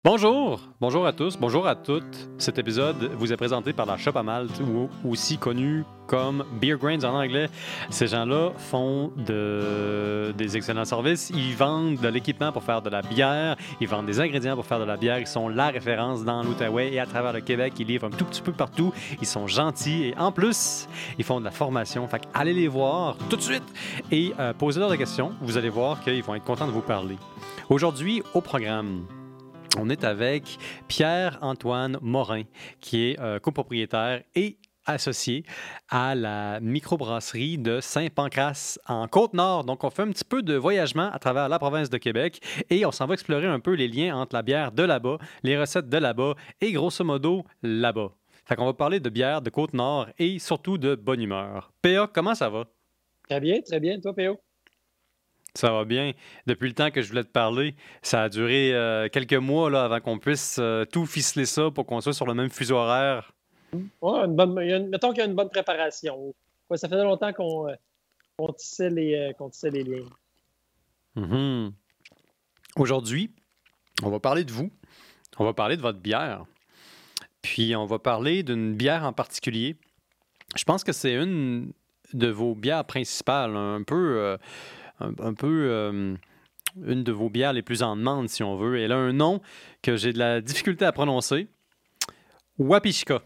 Bonjour à tous, bonjour à toutes. Cet épisode vous est présenté par la Shop à Malte, ou aussi connue comme Beer Grains en anglais. Ces gens-là font des excellents services. Ils vendent de l'équipement pour faire de la bière, ils vendent des ingrédients pour faire de la bière. Ils sont la référence dans l'Outaouais et à travers le Québec. Ils livrent un tout petit peu partout. Ils sont gentils et en plus, ils font de la formation. Fait allez les voir tout de suite et posez-leur des questions. Vous allez voir qu'ils vont être contents de vous parler. Aujourd'hui, au programme, on est avec Pierre-Antoine Morin, qui est copropriétaire et associé à la microbrasserie de Saint-Pancrace en Côte-Nord. Donc, on fait un petit peu de voyagement à travers la province de Québec et on s'en va explorer un peu les liens entre la bière de là-bas, les recettes de là-bas et grosso modo là-bas. Fait qu'on va parler de bière de Côte-Nord et surtout de bonne humeur. PA, comment ça va? Très bien. Toi, PO? Ça va bien. Depuis le temps que je voulais te parler, ça a duré quelques mois là, avant qu'on puisse tout ficeler ça pour qu'on soit sur le même fuseau horaire. Ouais, mettons qu'il y a une bonne préparation. Ouais, ça faisait longtemps qu'on tissait les liens. Mhm. Aujourd'hui, on va parler de vous. On va parler de votre bière. Puis on va parler d'une bière en particulier. Je pense que c'est une de vos bières principales, un peu une de vos bières les plus en demande, si on veut. Elle a un nom que j'ai de la difficulté à prononcer. Wapishka.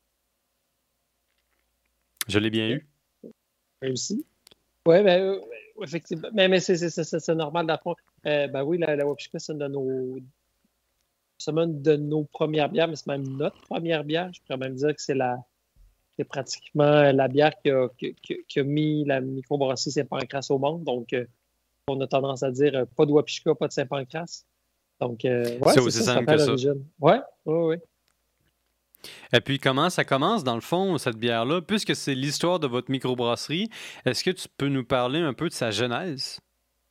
Je l'ai bien OK. eu. Réussi. Oui, effectivement. Mais c'est normal d'apprendre. Ben oui, la Wapishka, c'est une de nos premières bières, mais c'est même notre première bière. Je pourrais même dire que c'est pratiquement la bière qui a mis la microbrasserie Saint-Pancras au monde. Donc, on a tendance à dire pas de Wapishka, pas de Saint-Pancras. Donc, ouais, C'est c'est aussi ça simple fait que ça. l'origine. Ouais, ouais. Et puis, comment ça commence, dans le fond, cette bière-là? Puisque c'est l'histoire de votre microbrasserie, est-ce que tu peux nous parler un peu de sa genèse?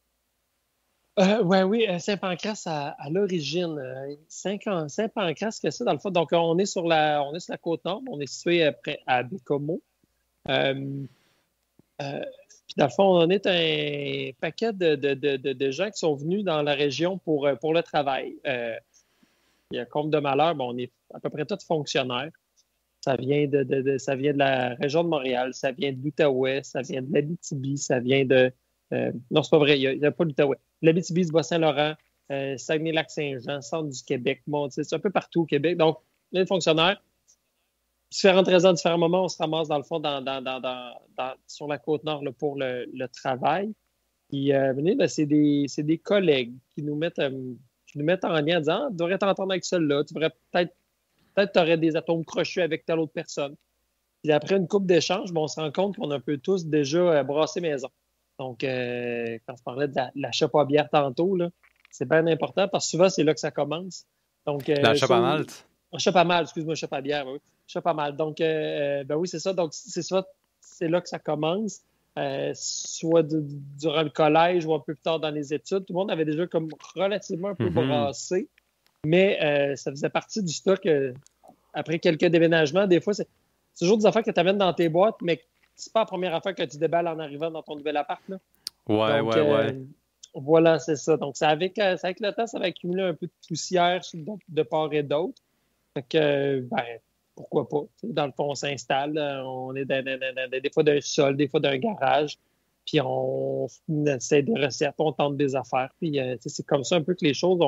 Oui, Saint-Pancras à l'origine. Saint-Pancras, que c'est dans le fond. Donc, on est sur la côte nord, on est situé près à Bécomo. Euh, euh, Puis, dans le fond, on est un paquet de gens qui sont venus dans la région pour le travail. Il y a Comte de Malheur, bon, on est à peu près tous fonctionnaires. Ça vient de la région de Montréal, ça vient de l'Outaouais, ça vient de l'Abitibi, ça vient de. Non, c'est pas vrai, il n'y a pas l'Outaouais. L'Abitibi, du Bas-Saint-Laurent, Saguenay-Lac-Saint-Jean, centre du Québec, c'est un peu partout au Québec. Donc, les fonctionnaires, différentes raisons, différents moments, on se ramasse dans le fond sur la côte nord là, pour le travail. Puis, ben, c'est des collègues qui nous mettent en lien en disant ah, tu devrais t'entendre avec celui-là, tu devrais peut-être tu aurais des atomes crochus avec telle autre personne. Puis après une couple d'échanges, on se rend compte qu'on a un peu tous déjà brassé maison. Donc, quand je parlais de la shop à bière tantôt, là, c'est bien important parce que souvent, c'est là que ça commence. Donc, La chope à malte? shop à mal, excuse-moi, shop à bière, oui. Shop à mal. Donc, ben oui, c'est ça. Donc, c'est là que ça commence. Soit durant le collège ou un peu plus tard dans les études. Tout le monde avait déjà comme relativement un peu Mhm. brassé, mais ça faisait partie du stock après quelques déménagements. Des fois, c'est toujours des affaires que tu amènes dans tes boîtes, mais c'est pas la première affaire que tu déballes en arrivant dans ton nouvel appart. Là. Ouais, Donc, ouais, ouais. voilà, c'est ça. Donc, c'est avec le temps, ça va accumuler un peu de poussière de part et d'autre. Fait que, ben, pourquoi pas? Dans le fond, on s'installe. On est des fois d'un sol, des fois d'un garage. Puis, on essaie des recettes, on tente des affaires. Puis, c'est comme ça un peu que les choses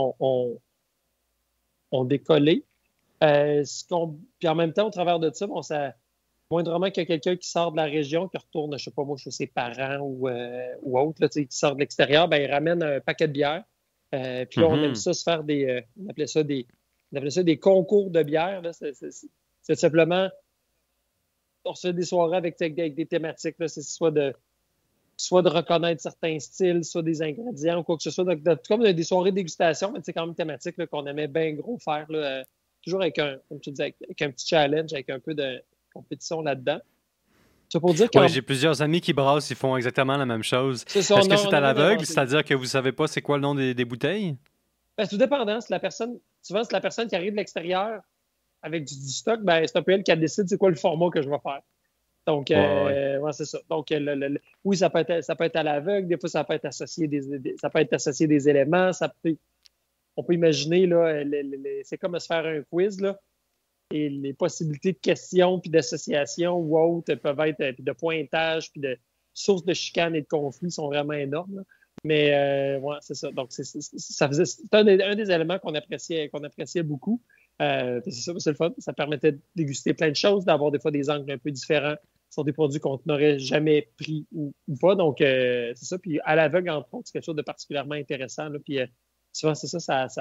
ont décollé. Puis en même temps, au travers de ça, moindrement qu'il y a quelqu'un qui sort de la région, qui retourne, je sais pas moi, chez ses parents ou autre, là, qui sort de l'extérieur, ben, il ramène un paquet de bière. Puis là, on aime Mhm. ça se faire on appelait ça des concours de bière. Là. C'est simplement, on se fait des soirées avec des thématiques. Là. C'est soit de reconnaître certains styles, soit des ingrédients ou quoi que ce soit. Donc, comme des soirées de dégustation, mais c'est quand même thématique là, qu'on aimait bien gros faire. Là, toujours comme tu disais, avec un petit challenge, avec un peu de compétition là-dedans. C'est pour dire Ouais, qu'en j'ai plusieurs amis qui brassent, ils font exactement la même chose. c'est ça, Est-ce que c'est on à n'a rien l'aveugle, inventé. c'est-à-dire que vous savez pas c'est quoi le nom des bouteilles? Ben, c'est tout dépendant. Souvent, c'est la personne qui arrive de l'extérieur avec du stock, ben, c'est un peu elle qui décide c'est quoi le format que je vais faire. Donc, Ouais, ouais. ouais, c'est ça. Donc, oui, ça peut être à l'aveugle. Des fois, ça peut être associé ça peut être associé des éléments. Ça peut, on peut imaginer, là, c'est comme se faire un quiz, là, et les possibilités de questions, puis d'associations ou autres peuvent être, puis de pointage, puis de sources de chicane et de conflits sont vraiment énormes. Là. Mais ouais, c'est ça. Donc, c'est un des éléments qu'on appréciait beaucoup. C'est ça, c'est le fun. Ça permettait de déguster plein de choses, d'avoir des fois des angles un peu différents sur des produits qu'on n'aurait jamais pris ou pas. Donc, c'est ça. Puis à l'aveugle, entre autres, c'est quelque chose de particulièrement intéressant. Là. Puis souvent, c'est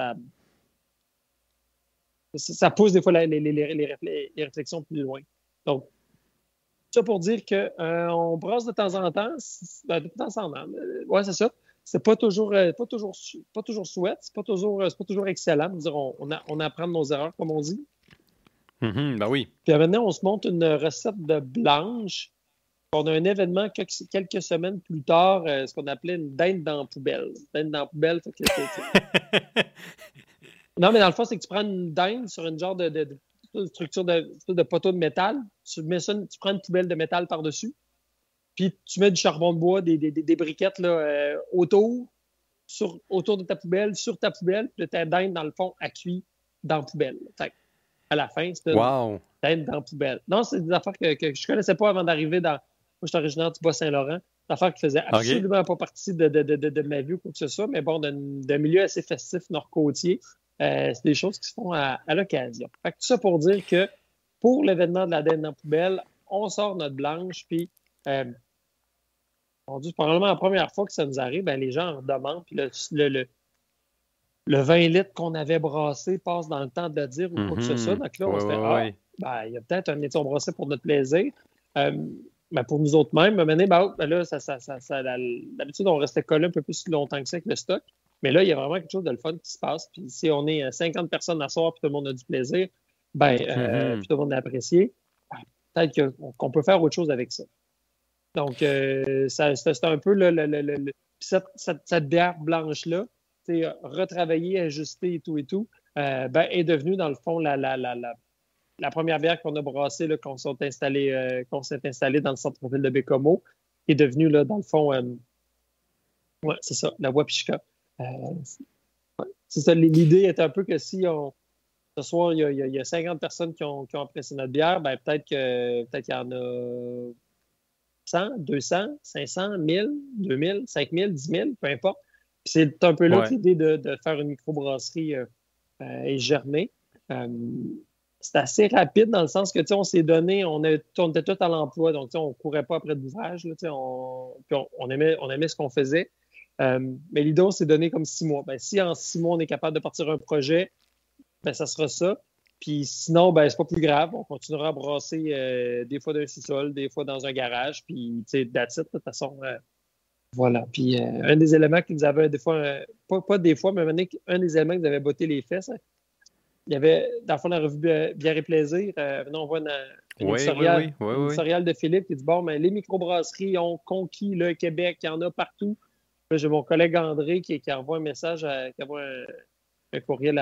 ça pousse des fois les réflexions plus loin. Donc, ça pour dire qu'on brasse de temps en temps. De temps en temps. Ouais, c'est ça. C'est pas toujours souhaite, c'est pas toujours excellent. Dire, on apprend de nos erreurs, comme on dit. Ben oui. Puis maintenant, on se montre une recette de blanche. On a un événement quelques semaines plus tard, ce qu'on appelait une dinde dans la poubelle. Dinde dans la poubelle, fait que non, mais dans le fond, c'est que tu prends une dinde sur une genre de structure de poteau de métal. Tu prends une poubelle de métal par-dessus. Puis tu mets du charbon de bois, des briquettes là, autour de ta poubelle, sur ta poubelle. Puis ta dinde, dans le fond, à cuit dans la poubelle. Fait à la fin, c'est une dinde dans la poubelle. Non, c'est des affaires que je ne connaissais pas avant d'arriver dans... Moi, je suis originaire du Bas-Saint-Laurent. Des affaires qui faisaient absolument pas partie de ma vie ou quoi que ce soit, mais bon, d'un milieu assez festif nord-côtier. C'est des choses qui se font à l'occasion. Fait que tout ça pour dire que pour l'événement de la dinde dans la poubelle, on sort notre blanche, puis on dit probablement la première fois que ça nous arrive, ben, les gens en demandent, puis le 20 litres qu'on avait brassé passe dans le temps de dire ou quoi que ce soit. Donc là, on se fait ben, il y a peut-être un étion brassé pour notre plaisir. Ben, pour nous autres mêmes, là, d'habitude, on restait collé un peu plus longtemps que ça avec le stock. Mais là, il y a vraiment quelque chose de le fun qui se passe. Puis si on est 50 personnes à soir, puis tout le monde a du plaisir, ben, puis tout le monde a apprécié, ben, peut-être qu'on peut faire autre chose avec ça. Donc, c'est un peu cette bière blanche-là, retravaillée, ajustée et tout, ben, est devenue, dans le fond, la première bière qu'on a brassée, là, qu'on s'est installé dans le centre-ville de Bécomo, est devenue, là, dans le fond, ouais, c'est ça, la Wapishka. C'est ça, l'idée est un peu que si ce soir, il y a 50 personnes qui ont apprécié notre bière, ben, peut-être qu'il y en a 100, 200, 500, 1000, 2000, 5000, 10 000, peu importe. Puis c'est un peu là que l'idée de faire une microbrasserie est germée. C'est assez rapide dans le sens que on s'est donné, on était tous à l'emploi, donc on ne courait pas après l'ouvrage. On aimait ce qu'on faisait. Mais l'idée, on s'est donné comme 6 mois. Ben, si en 6 mois, on est capable de partir un projet, ben, ça sera ça. Puis sinon, ben, c'est pas plus grave. On continuera à brasser des fois d'un sous-sol, des fois dans un garage. Puis, tu sais, that's it, de toute façon. Voilà. Puis, un des éléments qui nous avait des fois, pas des fois, mais un des éléments qui nous avait botté les fesses, il y avait, dans le fond, la revue Bière et Plaisir. On voit une éditoriale de Philippe qui dit bon, mais les microbrasseries ont conquis le Québec, il y en a partout. Là, j'ai mon collègue André qui envoie un message, qui envoie un courriel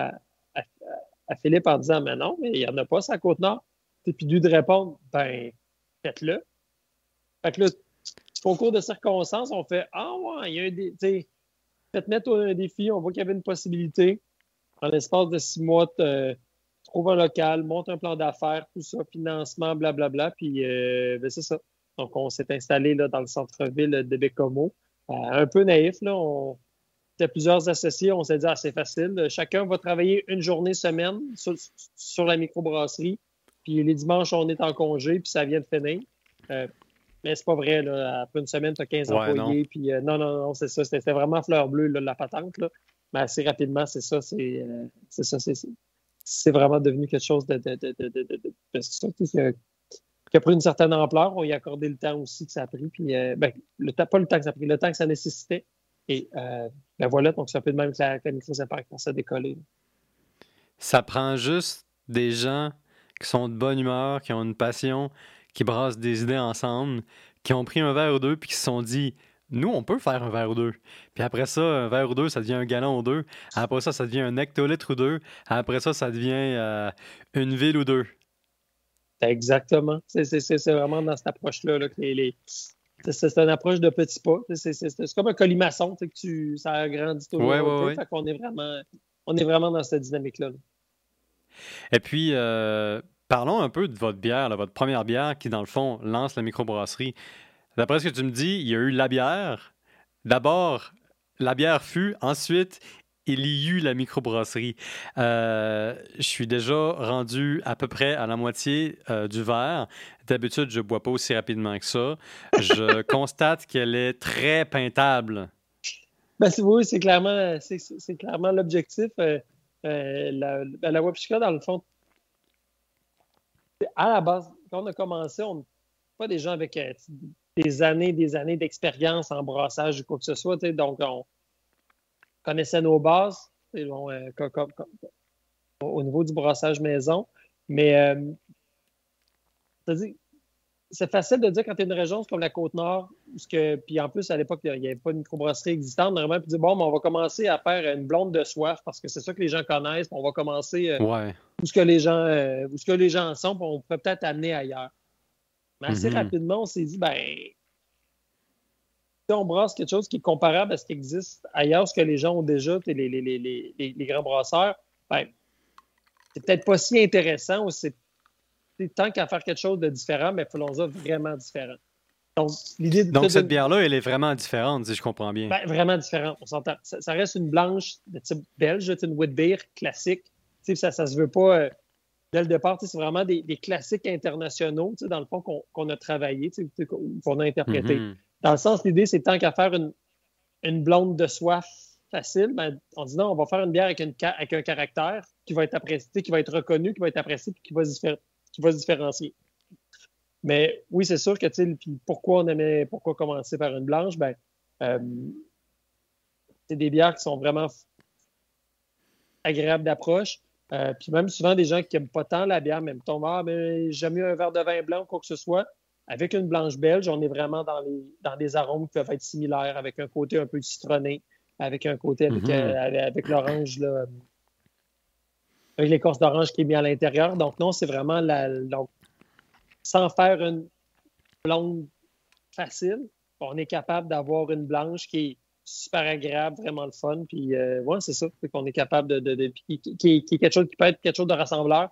à Philippe en disant mais non, mais il n'y en a pas, c'est à Côte-Nord. Puis lui de répondre ben, faites-le. Fait que là, concours de circonstances, on fait ah ouais, il y a un défi. Faites-mettre un défi, on voit qu'il y avait une possibilité. En l'espace de 6 mois, trouve un local, monte un plan d'affaires, tout ça, financement, blablabla. Puis ben, c'est ça. Donc, on s'est installé là, dans le centre-ville de Bécomo. Un peu naïf, là. On était plusieurs associés. On s'est dit, c'est facile. Chacun va travailler une journée semaine sur la microbrasserie. Puis les dimanches, on est en congé, puis ça vient de finir. Mais c'est pas vrai, là. Après une semaine, tu as 15 employés. Puis non, c'est ça. C'était vraiment fleur bleue, là, la patente, là. Mais assez rapidement, c'est ça. C'est vraiment devenu quelque chose qui a pris une certaine ampleur. On y a accordé le temps aussi que ça a pris. Puis, pas le temps que ça a pris, le temps que ça nécessitait. Et ben voilà, donc c'est un peu de même que la micro-impact quand ça a décollé. Ça prend juste des gens qui sont de bonne humeur, qui ont une passion, qui brassent des idées ensemble, qui ont pris un verre ou deux puis qui se sont dit nous, on peut faire un verre ou deux. Puis après ça, un verre ou deux, ça devient un gallon ou deux. Après ça, ça devient un hectolitre ou deux. Après ça, ça devient une ville ou deux. Exactement. C'est vraiment dans cette approche-là là, que c'est une approche de petits pas. C'est comme un colimaçon, que ça agrandit tout le long. Fait qu'on est vraiment... on est vraiment dans cette dynamique-là. Et puis, parlons un peu de votre bière, là, votre première bière qui, dans le fond, lance la microbrasserie. D'après ce que tu me dis, il y a eu la bière. D'abord, la bière fut. Ensuite, il y eut la microbrasserie. Je suis déjà rendu à peu près à la moitié du verre. D'habitude, je ne bois pas aussi rapidement que ça. Je constate qu'elle est très peintable. Ben, oui, c'est clairement l'objectif. La Wapishka, dans le fond, à la base, quand on a commencé, on n'est pas des gens avec des années d'expérience en brassage ou quoi que ce soit. Donc, on connaissait nos bases au niveau du brassage maison. Mais c'est facile de dire quand tu es une région comme la Côte-Nord, puis en plus, à l'époque, il n'y avait pas de microbrasserie existante, normalement, puis dire, bon, on va commencer à faire une blonde de soif parce que c'est ça que les gens connaissent, puis on va commencer où ce que les gens sont, puis on pourrait peut-être amener ailleurs. Mais assez rapidement, on s'est dit, si on brasse quelque chose qui est comparable à ce qui existe ailleurs, ce que les gens ont déjà, les grands brasseurs, c'est peut-être pas si intéressant ou tant qu'à faire quelque chose de différent, mais faisons-le vraiment différent. Donc, cette bière-là, elle est vraiment différente, si je comprends bien. Vraiment différente, on s'entend. Ça reste une blanche de type belge, une wheat beer classique. Ça se veut pas... dès le départ, c'est vraiment des classiques internationaux, dans le fond, qu'on a travaillé, qu'on a interprété. Dans le sens, l'idée, c'est tant qu'à faire une blonde de soif facile, on dit non, on va faire une bière avec un caractère qui va être apprécié, qui va être reconnu, qui va être apprécié, puis qui va se différencier. Mais oui, c'est sûr que, puis pourquoi commencer par une blanche? C'est des bières qui sont vraiment agréables d'approche. Puis même souvent, des gens qui n'aiment pas tant la bière, même mais j'aime mieux un verre de vin blanc ou quoi que ce soit. Avec une blanche belge, on est vraiment dans des arômes qui peuvent être similaires, avec un côté un peu citronné, avec un côté avec l'orange, là, avec l'écorce d'orange qui est mis à l'intérieur. Donc non, c'est vraiment donc, sans faire une blonde facile, on est capable d'avoir une blanche qui est super agréable, vraiment le fun. Puis, c'est ça. C'est qu'on est capable qui est quelque chose qui peut être quelque chose de rassembleur.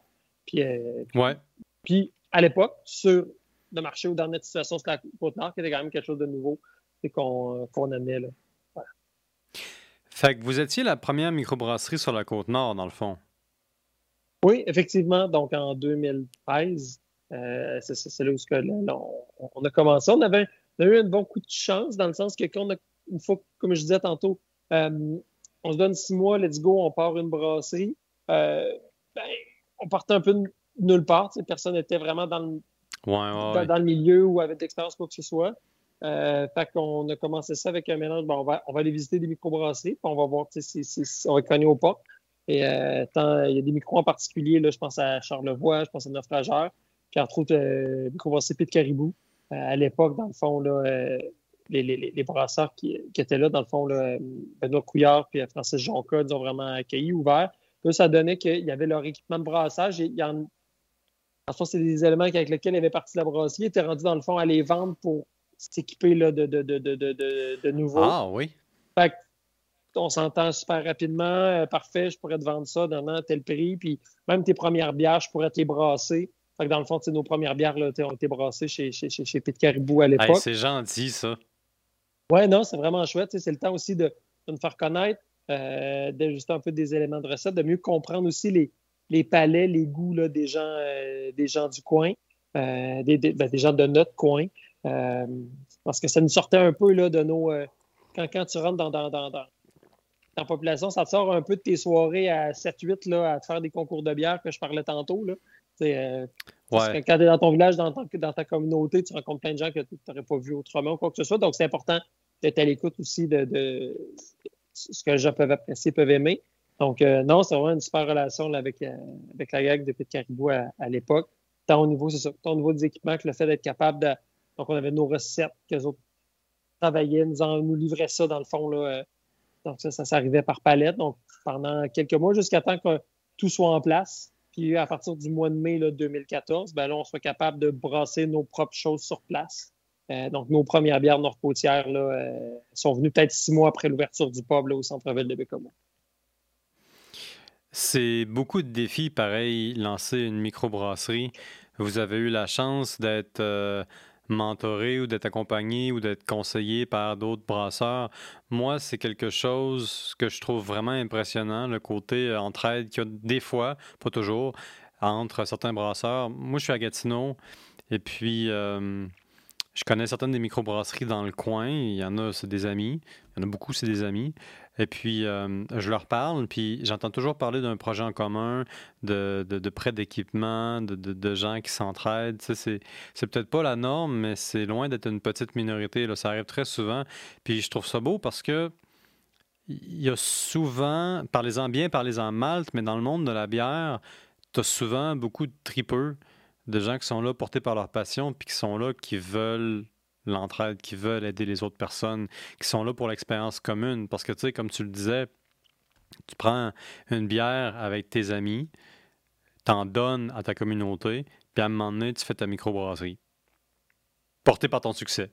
Puis à l'époque, sur le marché ou dans notre situation sur la Côte-Nord, qui était quand même quelque chose de nouveau qu'on amenait. Là. Voilà. Fait que vous étiez la première microbrasserie sur la Côte-Nord, dans le fond. Oui, effectivement. Donc, en 2013, c'est là où on a commencé. On a eu un bon coup de chance dans le sens que une fois, comme je disais tantôt, on se donne 6 mois, let's go, on part une brasserie. On partait un peu de nulle part. Personne n'était vraiment dans le milieu ou avait d'expérience, quoi que ce soit. Fait qu'on a commencé ça avec un mélange. On va aller visiter des microbrasseries, puis on va voir si on va cogner au pas. Et il y a des micros en particulier, là, je pense à Charlevoix, je pense à Naufrageur, puis entre autres, microbrasserie Pied de Caribou. À l'époque, dans le fond, là, les brasseurs qui étaient là, dans le fond, là, Benoît Couillard puis Francis Jonca, ils ont vraiment accueilli, ouvert. Là, ça donnait qu'il y avait leur équipement de brassage. Et en fait, c'est des éléments avec lesquels il avait parti la brasserie. Il était rendu, dans le fond, à les vendre pour s'équiper là, de nouveau. Ah oui. Fait on s'entend super rapidement. Parfait, je pourrais te vendre ça dans tel prix. Puis même tes premières bières, je pourrais te les brasser. Fait que dans le fond, nos premières bières là, ont été brassées chez Pied de Caribou à l'époque. Hey, c'est gentil, ça. Ouais, non, c'est vraiment chouette. C'est le temps aussi de nous faire connaître, d'ajuster un peu des éléments de recette, de mieux comprendre aussi les palais, les goûts là, des gens du coin, des gens de notre coin. Parce que ça nous sortait un peu là, de nos... quand tu rentres dans la population, ça te sort un peu de tes soirées à 7-8 là, à te faire des concours de bière que je parlais tantôt. Là. Quand tu es dans ton village, dans ta communauté, tu rencontres plein de gens que tu n'aurais pas vu autrement ou quoi que ce soit. Donc, c'est important d'être à l'écoute aussi de ce que les gens peuvent apprécier, peuvent aimer. Donc, non, c'est vraiment une super relation là, avec la gang de Pied de Caribou à l'époque. Tant au niveau, c'est ça, tant au niveau des équipements que le fait d'être capable de... Donc, on avait nos recettes qu'eux autres travaillaient, nous livraient ça dans le fond, là. Donc, ça s'arrivait par palette. Donc, pendant quelques mois, jusqu'à temps que tout soit en place. Puis, à partir du mois de mai là, 2014, là, on soit capable de brasser nos propres choses sur place. Donc, nos premières bières nord-côtières là, sont venues peut-être 6 mois après l'ouverture du pub là, au centre-ville de Bécomo. C'est beaucoup de défis, pareil, lancer une microbrasserie. Vous avez eu la chance d'être mentoré ou d'être accompagné ou d'être conseillé par d'autres brasseurs. Moi, c'est quelque chose que je trouve vraiment impressionnant, le côté entraide qu'il y a des fois, pas toujours, entre certains brasseurs. Moi, je suis à Gatineau et puis je connais certaines des microbrasseries dans le coin. Il y en a, c'est des amis. Il y en a beaucoup, c'est des amis. Et puis, je leur parle, puis j'entends toujours parler d'un projet en commun, de prêt d'équipement, de gens qui s'entraident. Tu sais, c'est peut-être pas la norme, mais c'est loin d'être une petite minorité, là. Ça arrive très souvent. Puis je trouve ça beau parce que il y a souvent, parlez-en bien, parlez-en mal, mais dans le monde de la bière, tu as souvent beaucoup de tripeux, de gens qui sont là portés par leur passion, puis qui sont là, qui veulent l'entraide, qui veulent aider les autres personnes, qui sont là pour l'expérience commune. Parce que, tu sais, comme tu le disais, tu prends une bière avec tes amis, t'en donnes à ta communauté, puis à un moment donné, tu fais ta microbrasserie, portée par ton succès.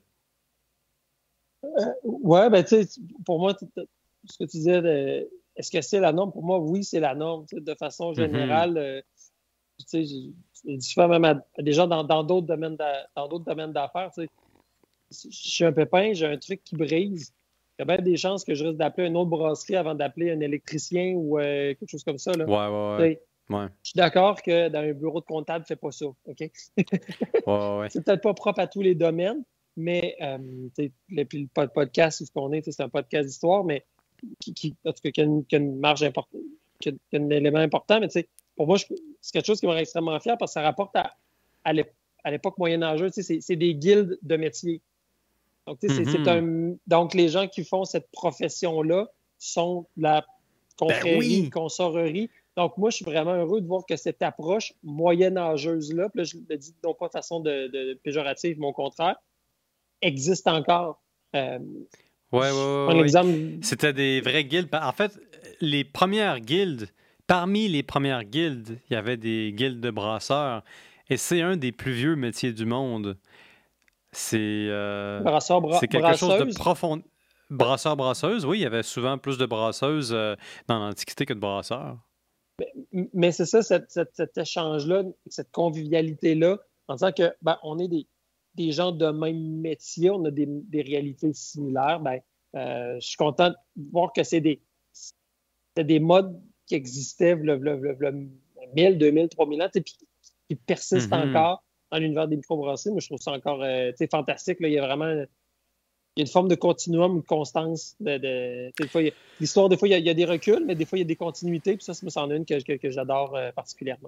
Ouais, ben, tu sais, pour moi, ce que tu disais, est-ce que c'est la norme? Pour moi, oui, c'est la norme. Tu sais, de façon Mhm. générale, tu sais, je dis souvent même à des gens dans d'autres domaines dans d'autres domaines d'affaires, tu sais, si je suis un pépin, j'ai un truc qui brise. Il y a bien des chances que je risque d'appeler une autre brasserie avant d'appeler un électricien ou quelque chose comme ça, là. Ouais, ouais, Tu sais, ouais. Ouais, je suis d'accord que dans un bureau de comptable, fais pas ça, OK? ouais, ouais. Ouais. C'est peut-être pas propre à tous les domaines, mais puis le podcast, où ce qu'on est, c'est un podcast d'histoire, mais en tout cas, qui a une marge importante, qui a un élément important, mais tu sais, pour moi, c'est quelque chose qui me rend extrêmement fier parce que ça rapporte à l'époque moyenâgeuse, tu sais, c'est des guildes de métiers. Donc, tu sais, Mhm. donc, les gens qui font cette profession-là sont de la Ben confrérie, oui! consorerie. Donc, moi, je suis vraiment heureux de voir que cette approche moyenâgeuse-là, puis là, je le dis non pas de façon de péjorative, mais au contraire, existe encore. Euh, Ouais, ouais, je prends ouais, ouais. l'exemple. C'était des vraies guildes. En fait, les premières guildes, parmi les premières guildes, il y avait des guildes de brasseurs. Et c'est un des plus vieux métiers du monde. C'est Brasseur, c'est quelque chose de brasseuse. profond. Brasseurs-brasseuses, oui, il y avait souvent plus de brasseuses dans l'Antiquité que de brasseurs. Mais c'est ça, cet échange-là, cette convivialité-là, en disant que ben, on est des gens de même métier, on a des réalités similaires, ben, je suis content de voir que c'était des modes qui existaient v'là 1000, 2000, 3000 ans, tu sais, puis qui persistent Mhm. encore dans l'univers des microbrasseries. Moi, je trouve ça encore tu sais, fantastique. Là. Il y a vraiment il y a une forme de continuum, une constance. Des fois, l'histoire, des fois, il y a des reculs, mais des fois, il y a des continuités. Puis ça, c'en est une que j'adore particulièrement.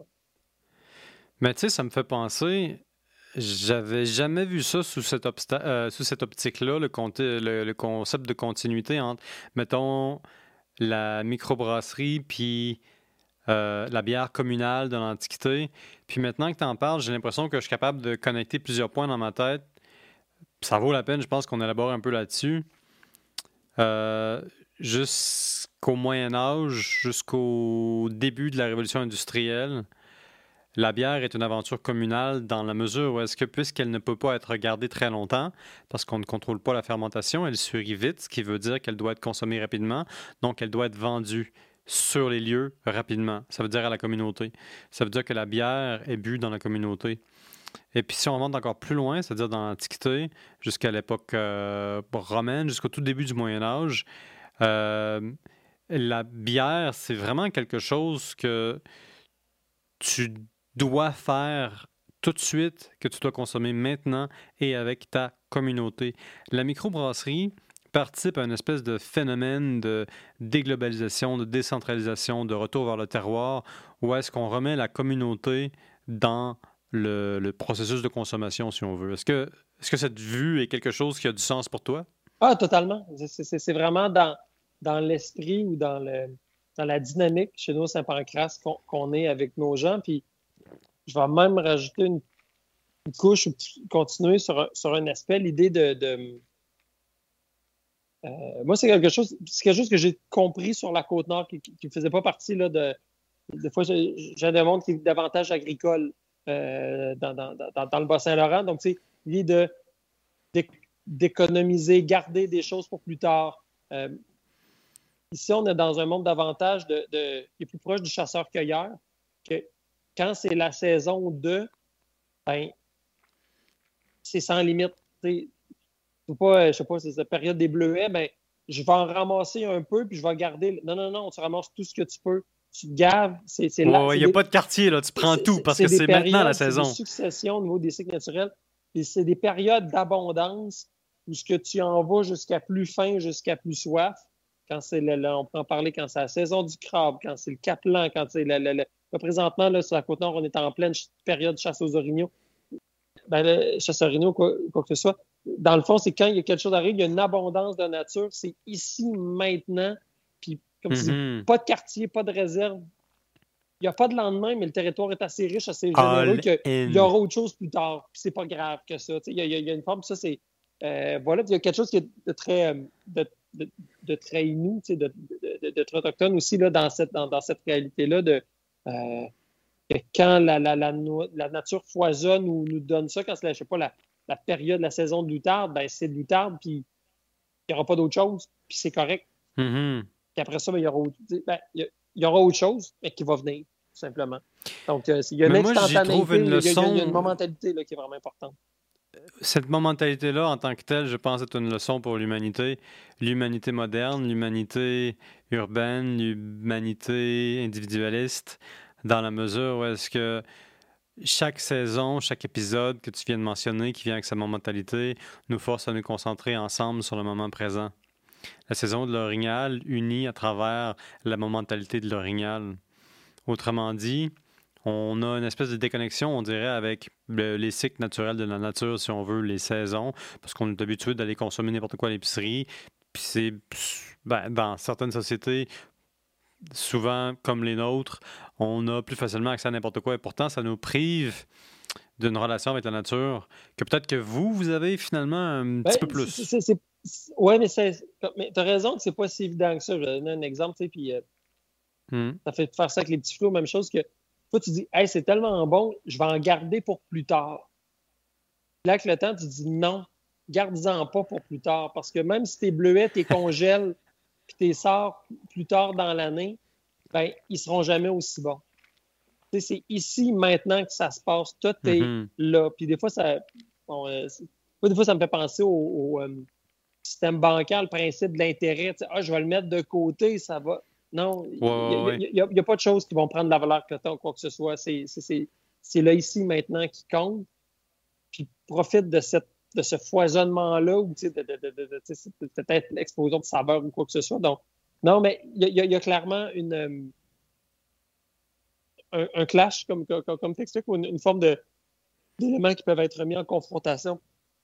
Mais tu sais, ça me fait penser, j'avais jamais vu ça sous cette optique-là, le concept de continuité entre, mettons, la microbrasserie puis la bière communale de l'Antiquité. Puis maintenant que tu en parles, j'ai l'impression que je suis capable de connecter plusieurs points dans ma tête. Ça vaut la peine, je pense qu'on élabore un peu là-dessus. Euh, Jusqu'au Moyen Âge, jusqu'au début de la Révolution industrielle, la bière est une aventure communale dans la mesure où est-ce que, puisqu'elle ne peut pas être gardée très longtemps, parce qu'on ne contrôle pas la fermentation, elle survit vite, ce qui veut dire qu'elle doit être consommée rapidement, donc elle doit être vendue sur les lieux rapidement. Ça veut dire à la communauté. Ça veut dire que la bière est bue dans la communauté. Et puis si on remonte encore plus loin, c'est-à-dire dans l'Antiquité, jusqu'à l'époque romaine, jusqu'au tout début du Moyen Âge, euh, la bière, c'est vraiment quelque chose que tu dois faire tout de suite, que tu dois consommer maintenant et avec ta communauté. La microbrasserie participe à une espèce de phénomène de déglobalisation, de décentralisation, de retour vers le terroir, où est-ce qu'on remet la communauté dans le processus de consommation, si on veut. Est-ce que cette vue est quelque chose qui a du sens pour toi? Ah, totalement. C'est vraiment dans l'esprit ou dans la dynamique chez nous, Saint-Pancras, qu'on est avec nos gens. Puis je vais même rajouter une couche ou continuer sur un aspect, l'idée moi, c'est quelque chose que j'ai compris sur la Côte-Nord qui ne faisait pas partie là, des fois, j'ai un monde qui est davantage agricole dans le Bas-Saint-Laurent. Donc, tu sais, l'idée d'économiser, garder des choses pour plus tard. Euh, Ici, on est dans un monde davantage qui est plus proche du chasseur-cueilleur, que quand c'est la saison 2, ben, c'est sans limite. Je sais pas, c'est la période des bleuets, ben, je vais en ramasser un peu, puis je vais garder. Non, non, non, tu ramasses tout ce que tu peux. Tu te gaves. Ouais, il n'y a pas de quartier, là. Tu prends tout parce que des c'est maintenant la périodes, c'est des saison. successions au niveau des cycles naturels. Et c'est des périodes d'abondance où ce que tu en vas jusqu'à plus faim, jusqu'à plus soif. Quand c'est on peut en parler quand c'est la saison du crabe, quand c'est le capelan, quand c'est présentement, là, sur la Côte-Nord, on est en pleine période de chasse aux orignaux. Ben, le chasse aux orignaux, quoi que ce soit. Dans le fond, c'est quand il y a quelque chose d'arrive, il y a une abondance de nature. C'est ici, maintenant. Puis, comme tu dis, pas de quartier, pas de réserve. Il n'y a pas de lendemain, mais le territoire est assez riche, assez généreux qu'il y aura autre chose plus tard. Puis c'est pas grave que ça. Il y a une forme, ça, c'est. Voilà, il y a quelque chose qui est de très, très inou, de très autochtone aussi là, dans cette réalité-là que quand la nature foisonne ou nous donne ça, quand c'est, je sais pas, la période, la saison de l'outarde, ben c'est de l'outarde, puis il n'y aura pas d'autre chose, puis c'est correct. Mm-hmm. Puis après ça, ben, il y aura autre chose, mais qui va venir, tout simplement. Donc, il y a une instantanéité, il y a une momentalité là, qui est vraiment importante. Cette momentalité-là, en tant que telle, je pense est une leçon pour l'humanité. L'humanité moderne, l'humanité urbaine, l'humanité individualiste, dans la mesure où est-ce que chaque saison, chaque épisode que tu viens de mentionner, qui vient avec sa momentalité, nous force à nous concentrer ensemble sur le moment présent. La saison de l'orignal unit à travers la momentalité de l'orignal. Autrement dit, on a une espèce de déconnexion, on dirait, avec les cycles naturels de la nature, si on veut, les saisons, parce qu'on est habitué d'aller consommer n'importe quoi à l'épicerie. Puis c'est, dans certaines sociétés, souvent comme les nôtres, on a plus facilement accès à n'importe quoi. Et pourtant, ça nous prive d'une relation avec la nature que peut-être que vous avez finalement un petit peu plus. Oui, mais tu as raison que c'est pas si évident que ça. Je vais donner un exemple, tu sais, puis ça fait faire ça avec les petits flots, même chose que toi, tu dis, hey, c'est tellement bon, je vais en garder pour plus tard. Là, avec le temps, tu dis non, garde-en pas pour plus tard. Parce que même si tes bleuets, tes congèles, puis tes sors plus tard dans l'année, ben, ils seront jamais aussi bons. Tu sais, c'est ici, maintenant que ça se passe. Tout est là. Puis des fois, des fois, ça me fait penser au système bancaire, le principe de l'intérêt. Tu sais, je vais le mettre de côté, ça va. Non, il n'y a pas de choses qui vont prendre la valeur que tu as ou quoi que ce soit. C'est là, ici, maintenant, qui compte. Puis profite de ce foisonnement-là ou peut-être l'explosion de saveur ou quoi que ce soit. Donc, non, mais il y a clairement un clash, comme t'expliques, ou une forme d'éléments qui peuvent être mis en confrontation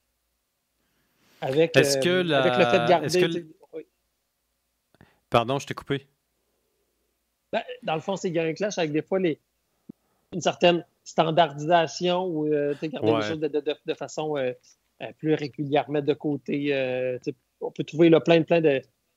avec, avec le fait de garder. Oui. Pardon, je t'ai coupé. Ben, dans le fond, c'est qu'il y a un clash avec des fois une certaine standardisation ou garder les choses de façon plus régulièrement de côté. On peut trouver là, plein de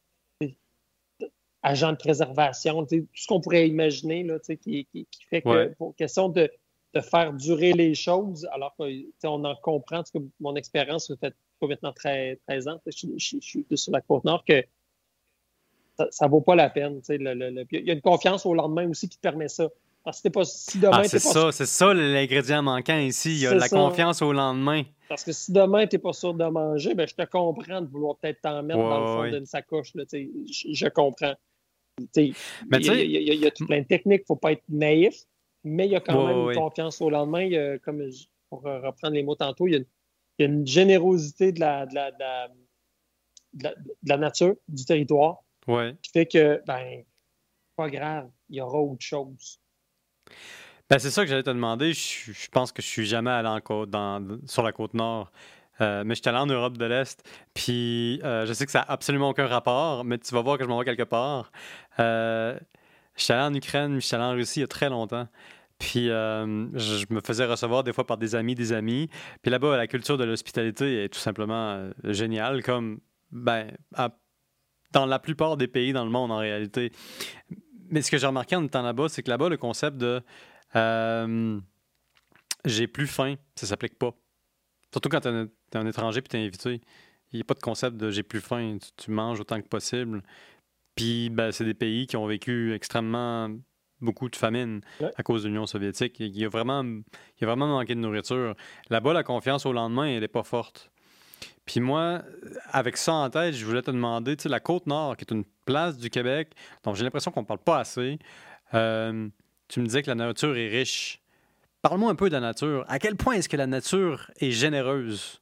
agents de préservation, tout ce qu'on pourrait imaginer là, qui fait que pour question de faire durer les choses, alors qu'on en comprend, que mon expérience, ça fait pas maintenant 13 ans, je suis sur la Côte-Nord, que ça vaut pas la peine. Il y a une confiance au lendemain aussi qui te permet ça. Parce que si demain, c'est ça l'ingrédient manquant ici. Il y a la confiance au lendemain. Parce que si demain, tu n'es pas sûr de manger, ben, je te comprends de vouloir peut-être t'en mettre dans le fond d'une sacoche. Là, je comprends. Il y a tout plein de techniques, il ne faut pas être naïf, mais il y a quand même une confiance au lendemain. Comme pour reprendre les mots tantôt, il y a une générosité de la nature, du territoire, qui fait que, pas grave, il y aura autre chose. Ben, c'est ça que j'allais te demander. Je pense que je suis jamais allé sur la Côte-Nord, mais je suis allé en Europe de l'Est. Puis je sais que ça n'a absolument aucun rapport, mais tu vas voir que je m'en vais quelque part. Je suis allé en Ukraine, je suis allé en Russie il y a très longtemps. Puis je me faisais recevoir des fois par des amis. Puis là-bas, la culture de l'hospitalité est tout simplement géniale, comme dans la plupart des pays dans le monde en réalité. Mais ce que j'ai remarqué en étant là-bas, c'est que là-bas, le concept de j'ai plus faim, ça s'applique pas. Surtout quand t'es un étranger et t'es invité. Il n'y a pas de concept de j'ai plus faim, tu manges autant que possible. Puis, ben, c'est des pays qui ont vécu extrêmement beaucoup de famine Ouais. à cause de l'Union soviétique. Il y a vraiment manqué de nourriture. Là-bas, la confiance au lendemain, elle n'est pas forte. Puis moi, avec ça en tête, je voulais te demander, tu sais, la Côte-Nord, qui est une place du Québec dont j'ai l'impression qu'on ne parle pas assez, tu me disais que la nature est riche. Parle-moi un peu de la nature. À quel point est-ce que la nature est généreuse?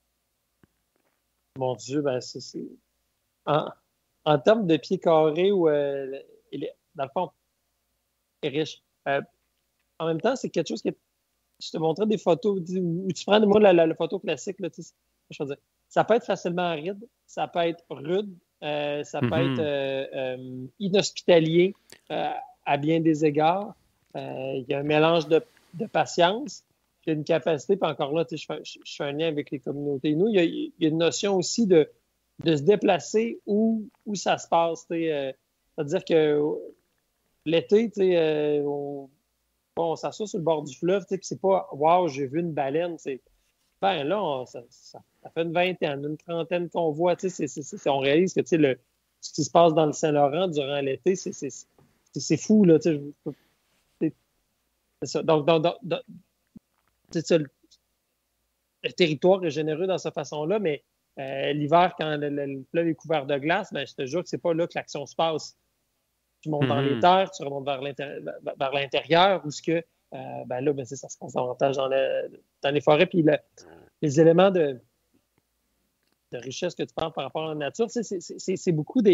Mon Dieu, ben, en, en termes de pieds carrés, ou dans le fond, est riche. En même temps, c'est quelque chose que je te montrais des photos où tu prends moi la photo classique, là, tu sais, je veux dire, ça peut être facilement aride, ça peut être rude, ça peut être Mhm. inhospitalier à bien des égards. Il y a un mélange de patience, il y a une capacité, puis encore là, tu sais, je fais un lien avec les communautés. Nous, il y a une notion aussi de se déplacer où ça se passe. C'est-à-dire que l'été, tu sais, on s'assoit sur le bord du fleuve, tu sais, puis c'est pas wow, j'ai vu une baleine. Ben là, ça fait une vingtaine, une trentaine qu'on voit. Tu sais, on réalise que tu sais, ce qui se passe dans le Saint-Laurent durant l'été, c'est fou, là. Tu sais, c'est ça. Donc, c'est ça, le territoire est généreux dans cette façon-là, mais l'hiver, quand le fleuve est couvert de glace, ben, je te jure que c'est pas là que l'action se passe. Tu montes dans les Mhm. terres, tu remontes vers l'intérieur, où ce que, ben là, ben, ça se passe davantage dans les forêts. Puis les éléments de richesse que tu parles par rapport à la nature, c'est beaucoup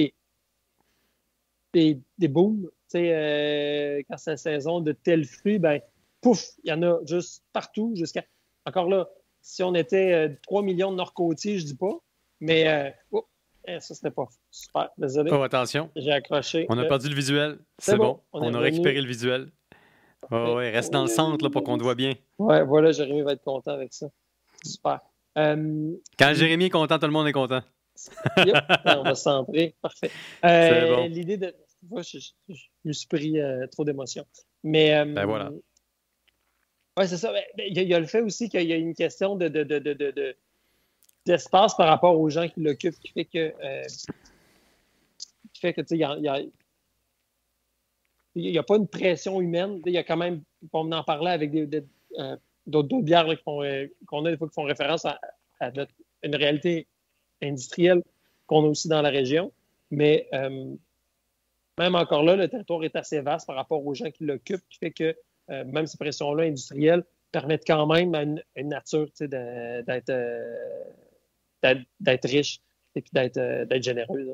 des booms. Quand c'est la saison de tels fruits, ben, pouf, il y en a juste partout jusqu'à. Encore là, si on était 3 millions de Nord-Côtiers, je dis pas, mais ça, c'était pas super. Désolé, Oh, attention, j'ai accroché. on a perdu le visuel. C'est C'est bon, bon, on est on a revenu. récupéré le visuel. Oh, ouais, reste dans le centre là, pour qu'on te voit bien. Ouais, voilà, Jérémy va être content avec ça. Super. Quand L'idée, Jérémy est content, tout le monde est content. yep, on va se centrer. Parfait. C'est bon. L'idée de. Moi, je me suis pris trop d'émotions. Mais, Ben voilà. ouais, c'est ça. Il y a le fait aussi qu'il y a une question d'espace par rapport aux gens qui l'occupent qui fait que, tu sais, il y a pas une pression humaine. Il y a quand même, on en parlait avec d'autres bières là, qu'on a des fois qui font référence à une réalité industrielle qu'on a aussi dans la région. Mais même encore là, le territoire est assez vaste par rapport aux gens qui l'occupent, qui fait que même ces pressions-là industrielles permettent quand même à une nature d'être riche et puis d'être généreuse.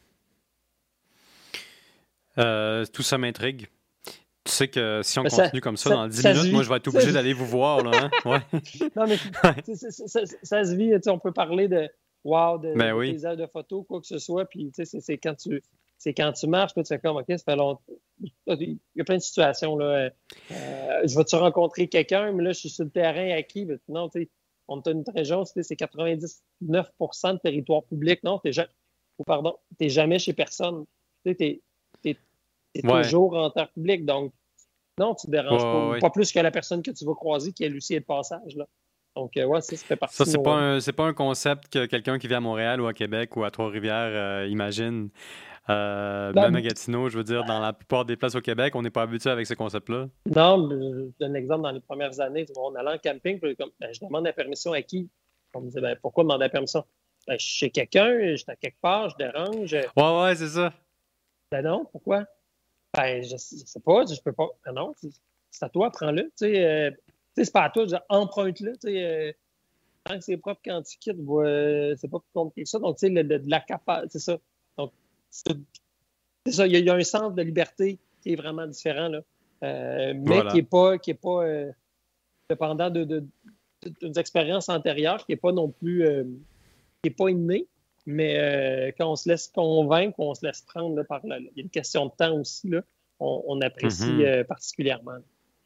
Tout ça m'intrigue. Tu sais que si on Mais continue comme ça, dans 10 ça se minutes, moi, vit. je vais être obligé d'aller vous voir, là. Hein? Ouais. Non, mais Ouais. ça se vit. On peut parler de wow, Ben de oui. paysage de photos, quoi que ce soit. Puis c'est quand tu marches, tu fais comme OK, ça fait longtemps. Il y a plein de situations. Là. Je vais-tu rencontrer quelqu'un, mais là, je suis sur le terrain acquis. Mais non, on est une région, c'est 99% de territoire public. Non, t'es jamais chez personne. T'es Ouais. toujours en terre publique. Donc, non, tu ne Ouais, déranges pas. ouais, Ou ouais. pas plus que la personne que tu vas croiser qui, elle aussi, est de passage. Là. Donc, ouais, ça fait Ça, partie de nos. c'est pas un concept que quelqu'un qui vit à Montréal ou à Québec ou à Trois-Rivières imagine. Même à Ben, Gatineau, je veux dire, dans la plupart des places au Québec, on n'est pas habitué avec ce concept-là. non, je donne l'exemple dans les premières années. On allait en camping, puis je demande la permission à qui? On me disait, ben, pourquoi demander la permission? Ben, je suis chez quelqu'un, je suis à quelque part, je dérange. Ouais, ouais, c'est ça. Ben non, pourquoi? Ben, je sais pas, je peux pas. Ben non, c'est à toi, prends-le. C'est pas à toi, emprunte-le. Tant que c'est propre quand tu quittes, c'est pas plus compliqué que ça. Donc, tu sais, de la capacité, c'est ça. Donc, c'est ça. Il y a un sens de liberté qui est vraiment différent, là. Mais Voilà. qui est pas dépendant d'une expérience antérieure, qui est pas non plus, qui est pas inné. Mais quand on se laisse convaincre, on se laisse prendre là, il y a une question de temps aussi, là, on apprécie Mhm. particulièrement.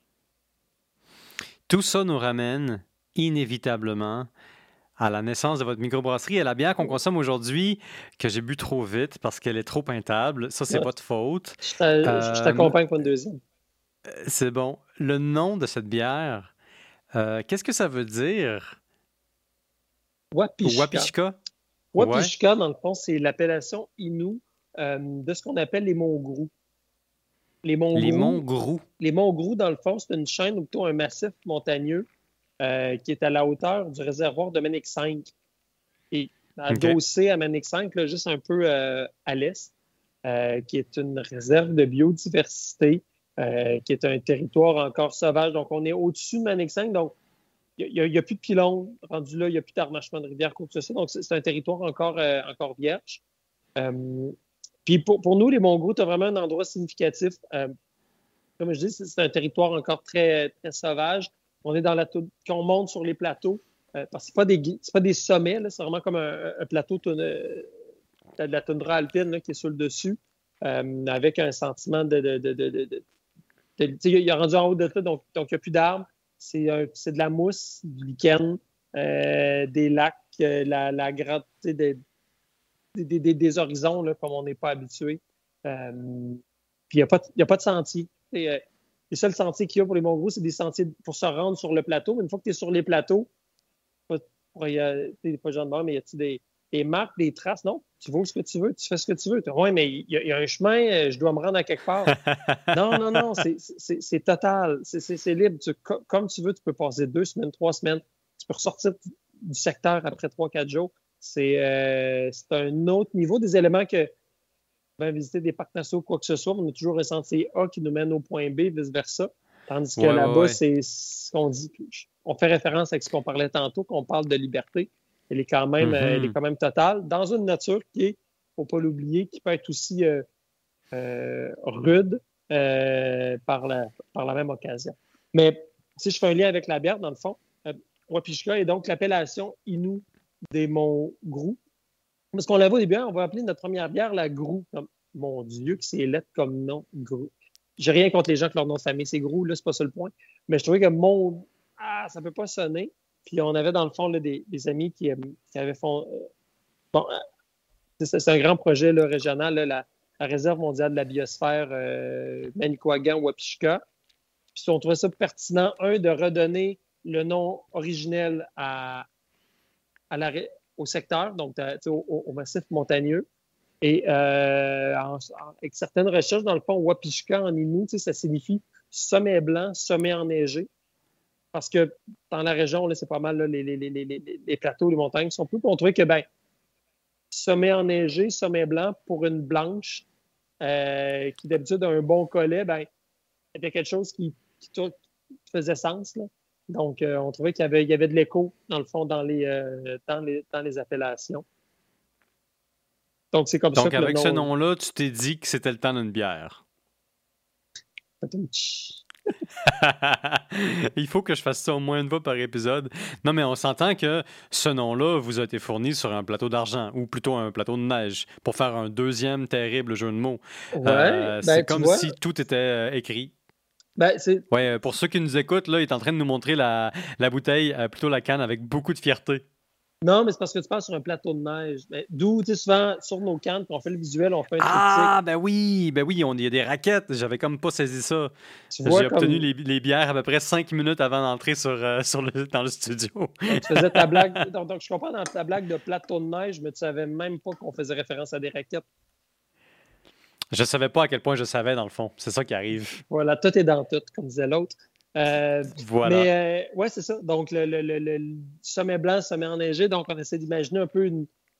Tout ça nous ramène inévitablement à la naissance de votre microbrasserie et la bière qu'on consomme aujourd'hui, que j'ai bu trop vite parce qu'elle est trop intable. Ça, c'est Là, votre faute. je Euh, t'accompagne pour une deuxième. c'est bon. Le nom de cette bière, qu'est-ce que ça veut dire? Wapishka. Wapishka? Ouais. Wapishka, dans le fond, c'est l'appellation Innu de ce qu'on appelle les monts Grou. Les monts Grou. Les monts Grou, dans le fond, c'est une chaîne ou plutôt un massif montagneux qui est à la hauteur du réservoir de Manic 5 et adossé à Manic 5, là, juste un peu à l'est, qui est une réserve de biodiversité, qui est un territoire encore sauvage. Donc, on est au-dessus de Manic 5, donc il n'y a plus de pylônes rendus là, il n'y a plus d'harnachement de rivière, quoi que ce soit. Donc, c'est un territoire encore vierge. Puis pour nous, les monts Grou, tu as vraiment un endroit significatif. Comme je dis, c'est un territoire encore très, très sauvage. On est quand on monte sur les plateaux, parce que c'est pas des sommets, là, c'est vraiment comme un plateau de la toundra alpine là, qui est sur le dessus, avec un sentiment il y a rendu en haut de ça, donc il n'y a plus d'arbres. C'est de la mousse, du lichen, des lacs, la grande, des horizons là, comme on n'est pas habitué. Puis il n'y a pas de sentier. Les seuls sentiers qu'il y a pour les monts Grou, c'est des sentiers pour se rendre sur le plateau. Mais une fois que tu es sur les plateaux, pas genre de mort, mais y a des marques, des traces? Non, tu vas où ce que tu veux, tu fais ce que tu veux. Oui, mais il y a un chemin, je dois me rendre à quelque part. Non, c'est total. C'est libre. Comme tu veux, tu peux passer 2 semaines, 3 semaines. Tu peux ressortir du secteur après 3-4 jours. C'est un autre niveau. Des éléments que va visiter des parcs nationaux, quoi que ce soit, on a toujours un sentier A qui nous mène au point B, vice-versa. Tandis que là-bas, c'est ce qu'on dit. On fait référence avec ce qu'on parlait tantôt, qu'on parle de liberté. Elle est quand même totale. Dans une nature qui est, faut pas l'oublier, qui peut être aussi rude par la même occasion. Mais si je fais un lien avec la bière, dans le fond, Wapishka est donc l'appellation Innu des monts Grou. Parce qu'on l'avait au début, on va appeler notre première bière la Grou. Mon Dieu, que c'est lettre comme nom, Grou. J'ai rien contre les gens que leur nom de famille, c'est Grou, là, c'est pas ça le point. Mais je trouvais que ça peut pas sonner. Puis on avait dans le fond là, des amis qui avaient fait. C'est un grand projet là, régional, là, la Réserve mondiale de la biosphère Manicouagan-Wapishka. Puis on trouvait ça pertinent, de redonner le nom originel au secteur, donc au massif montagneux. Et avec certaines recherches, dans le fond, Wapishka en Innu, ça signifie sommet blanc, sommet enneigé. Parce que dans la région, là, c'est pas mal là, les plateaux, les montagnes sont plus. On trouvait que sommet enneigé, sommet blanc pour une blanche qui d'habitude a un bon collet, c'était quelque chose qui faisait sens. Là. Donc, on trouvait qu'il y avait de l'écho, dans le fond, dans les appellations. Donc, c'est comme ça que Donc, avec ce nom-là, tu t'es dit que c'était le temps d'une bière. Il faut que je fasse ça au moins une fois par épisode. Non, mais on s'entend que ce nom-là vous a été fourni sur un plateau d'argent, ou plutôt un plateau de neige, pour faire un deuxième terrible jeu de mots. C'est comme si tout était écrit. Pour ceux qui nous écoutent, là, il est en train de nous montrer la bouteille, plutôt la canne, avec beaucoup de fierté. Non, mais c'est parce que tu passes sur un plateau de neige. D'où, tu sais, souvent, sur nos cannes, quand on fait le visuel, on fait un triptyque. Ah, ben oui, il y a des raquettes. J'avais comme pas saisi ça. J'ai obtenu les bières à peu près 5 minutes avant d'entrer dans le studio. Donc, tu faisais ta blague. Donc, je comprends dans ta blague de plateau de neige, mais tu savais même pas qu'on faisait référence à des raquettes. Je savais pas à quel point je savais, dans le fond. C'est ça qui arrive. Voilà, tout est dans tout, comme disait l'autre. Voilà. Mais c'est ça. Donc, le sommet blanc, sommet enneigé. Donc, on essaie d'imaginer un peu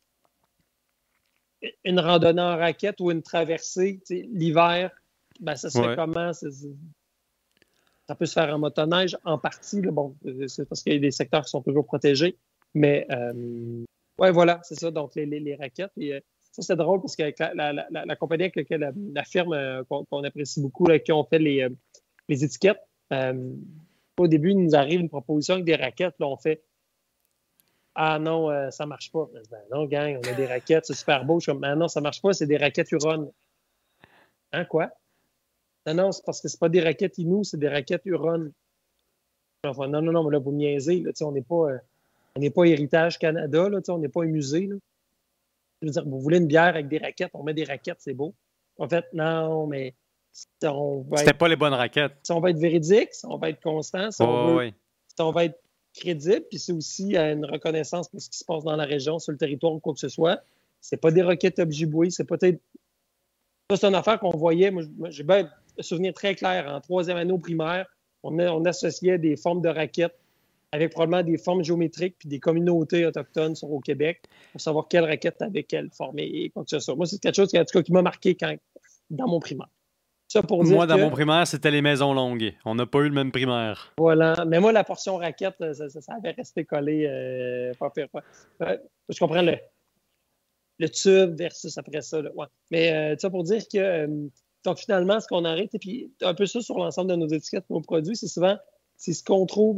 une randonnée en raquette ou une traversée. L'hiver, ça se fait comment? Ça peut se faire en motoneige, en partie. Là, bon, c'est parce qu'il y a des secteurs qui sont toujours protégés. Mais, voilà, c'est ça. Donc, les raquettes. Et, ça, c'est drôle parce qu'avec la compagnie avec laquelle la firme qu'on apprécie beaucoup, là, qui ont fait les étiquettes, au début, il nous arrive une proposition avec des raquettes. Là, on fait ah non, ça marche pas. Non, gang, on a des raquettes, c'est super beau. Je suis comme, ah non, ça marche pas, c'est des raquettes Huron. Hein, quoi? Non, c'est parce que c'est pas des raquettes Innu, c'est des raquettes Huron. Enfin, non, mais là, vous me niaisez. Là, on n'est pas Héritage Canada, là, on n'est pas un musée. Là. Je veux dire, vous voulez une bière avec des raquettes, on met des raquettes, c'est beau. En fait, non, mais c'était pas les bonnes raquettes. Si on va être véridique, si on va être constant, si on va être crédible, puis c'est aussi une reconnaissance pour ce qui se passe dans la région, sur le territoire ou quoi que ce soit. C'est pas des raquettes Ojibwe, c'est peut-être Ça, c'est une affaire qu'on voyait. Moi, j'ai bien un souvenir très clair. En troisième année au primaire, on associait des formes de raquettes avec probablement des formes géométriques puis des communautés autochtones au Québec pour savoir quelle raquette avec quelle forme et quoi que ce soit. Moi, c'est quelque chose qui, en tout cas, qui m'a marqué dans mon primaire. Ça pour dire Moi, dans que, mon primaire, c'était les maisons longues. On n'a pas eu le même primaire. voilà. Mais moi, la portion raquette, ça avait resté collé. Pas pire, pas. Je comprends le tube versus après ça. Là, ouais. Mais ça pour dire que donc finalement, ce qu'on arrête, et puis un peu ça sur l'ensemble de nos étiquettes, nos produits, c'est souvent c'est ce qu'on trouve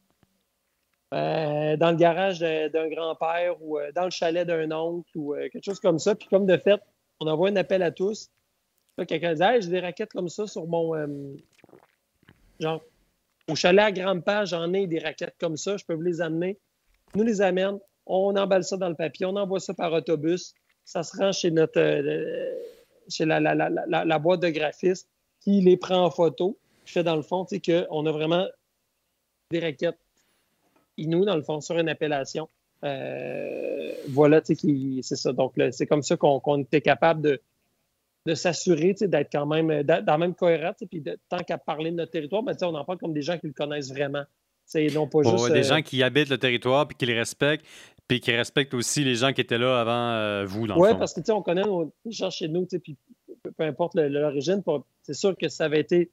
dans le garage d'un grand-père ou dans le chalet d'un oncle ou quelque chose comme ça. Puis comme de fait, on envoie un appel à tous. Là, quelqu'un dit hey, j'ai des raquettes comme ça sur mon genre au chalet à Grande-Page, j'en ai des raquettes comme ça, je peux vous les amener. Nous les amène, on emballe ça dans le papier, on envoie ça par autobus, ça se rend chez notre chez la boîte de graphiste qui les prend en photo, qui fait dans le fond, tu sais, qu'on a vraiment des raquettes Inou, dans le fond, sur une appellation. Voilà, tu sais, c'est ça. Donc, là, c'est comme ça qu'on était capable de s'assurer, tu sais, d'être quand même, dans même cohérent, tu sais, puis tant qu'à parler de notre territoire, ben, tu sais, on en parle comme des gens qui le connaissent vraiment. C'est non pas juste. Des gens qui habitent le territoire puis qui les respectent, puis qui respectent aussi les gens qui étaient là avant vous, dans le Oui, fond. parce que, tu sais, on connaît les gens chez nous, tu sais, puis peu importe l'origine, c'est sûr que ça avait été.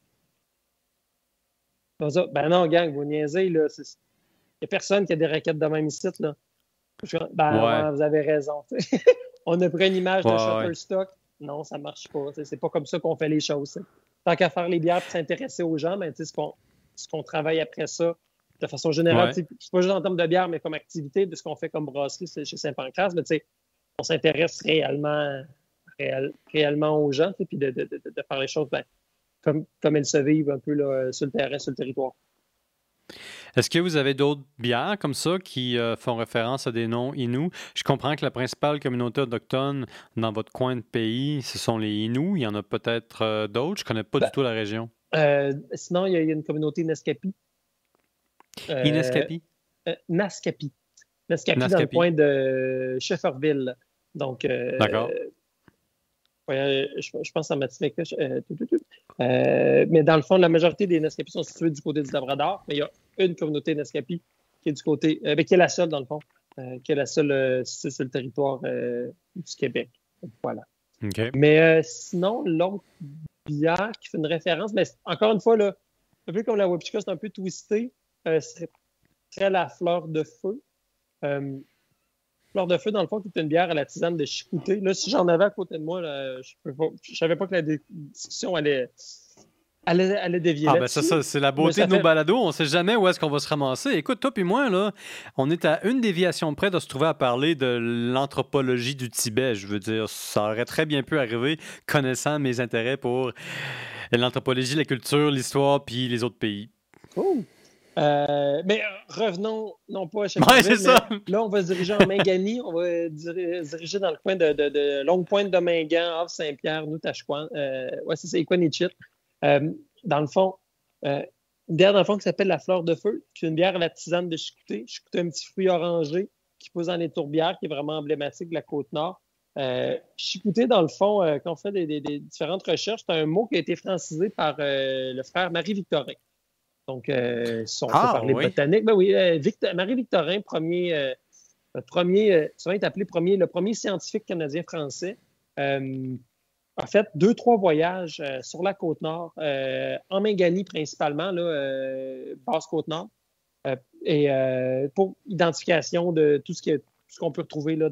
Ben non, gang, vous niaisez, là. Il n'y a personne qui a des raquettes de même ici, là. Ouais, vous avez raison. On a pris une image de Shutterstock. Non, ça ne marche pas. C'est pas comme ça qu'on fait les choses. T'sais. Tant qu'à faire les bières et s'intéresser aux gens, ben, ce qu'on travaille après ça, de façon générale, c'est pas juste en termes de bière, mais comme activité, de ce qu'on fait comme brasserie chez Saint-Pancras, on s'intéresse réellement aux gens, puis de faire les choses comme elles se vivent un peu là, sur le terrain, sur le territoire. Est-ce que vous avez d'autres bières comme ça qui font référence à des noms Inuits? Je comprends que la principale communauté autochtone dans votre coin de pays, ce sont les Inuits. Il y en a peut-être d'autres. Je ne connais pas du tout la région. Sinon, il y a une communauté Naskapi. Naskapi? Naskapi. Naskapi dans le coin de Shefferville. Donc, d'accord. Je pense à Matsumaika. Mais dans le fond, la majorité des Naskapi sont situés du côté du Labrador, mais il y a une communauté Naskapi qui est du côté, qui est la seule, dans le fond, qui est la seule sur le territoire du Québec. Voilà. Okay. Mais sinon, l'autre bière qui fait une référence, mais encore une fois, là, un peu comme la Wapchika, c'est un peu twisté, serait la fleur de feu. Fleur de feu, dans le fond, c'est une bière à la tisane de chicouté. Là, si j'en avais à côté de moi, là, je savais pas que la discussion allait dévier là-dessus. Ben ça, c'est la beauté de nos balados. On ne sait jamais où est-ce qu'on va se ramasser. Écoute, toi puis moi, là, on est à une déviation près de se trouver à parler de l'anthropologie du Tibet. Je veux dire, ça aurait très bien pu arriver, connaissant mes intérêts pour l'anthropologie, la culture, l'histoire puis les autres pays. Cool. Mais revenons, non pas à Shefferville, c'est ça. Là, on va se diriger en Mingani. On va diriger dans le coin de Longue Pointe de Mingan, Havre Saint-Pierre, Noutachouan. C'est ça, Equanichit. Dans le fond, une bière dans le fond qui s'appelle la fleur de feu, qui est une bière à la tisane de chicouté. Chicouté, un petit fruit orangé qui pousse dans les tourbières, qui est vraiment emblématique de la Côte-Nord. Chicouté, dans le fond, quand on fait des différentes recherches, c'est un mot qui a été francisé par le frère Marie-Victorin. Donc, si on peut parler botanique, ben oui, Marie-Victorin, premier, souvent est appelé le premier scientifique canadien-français, a fait 2-3 voyages sur la Côte-Nord, en Mingani principalement, Basse-Côte-Nord, et pour identification de tout ce qu'on peut retrouver là,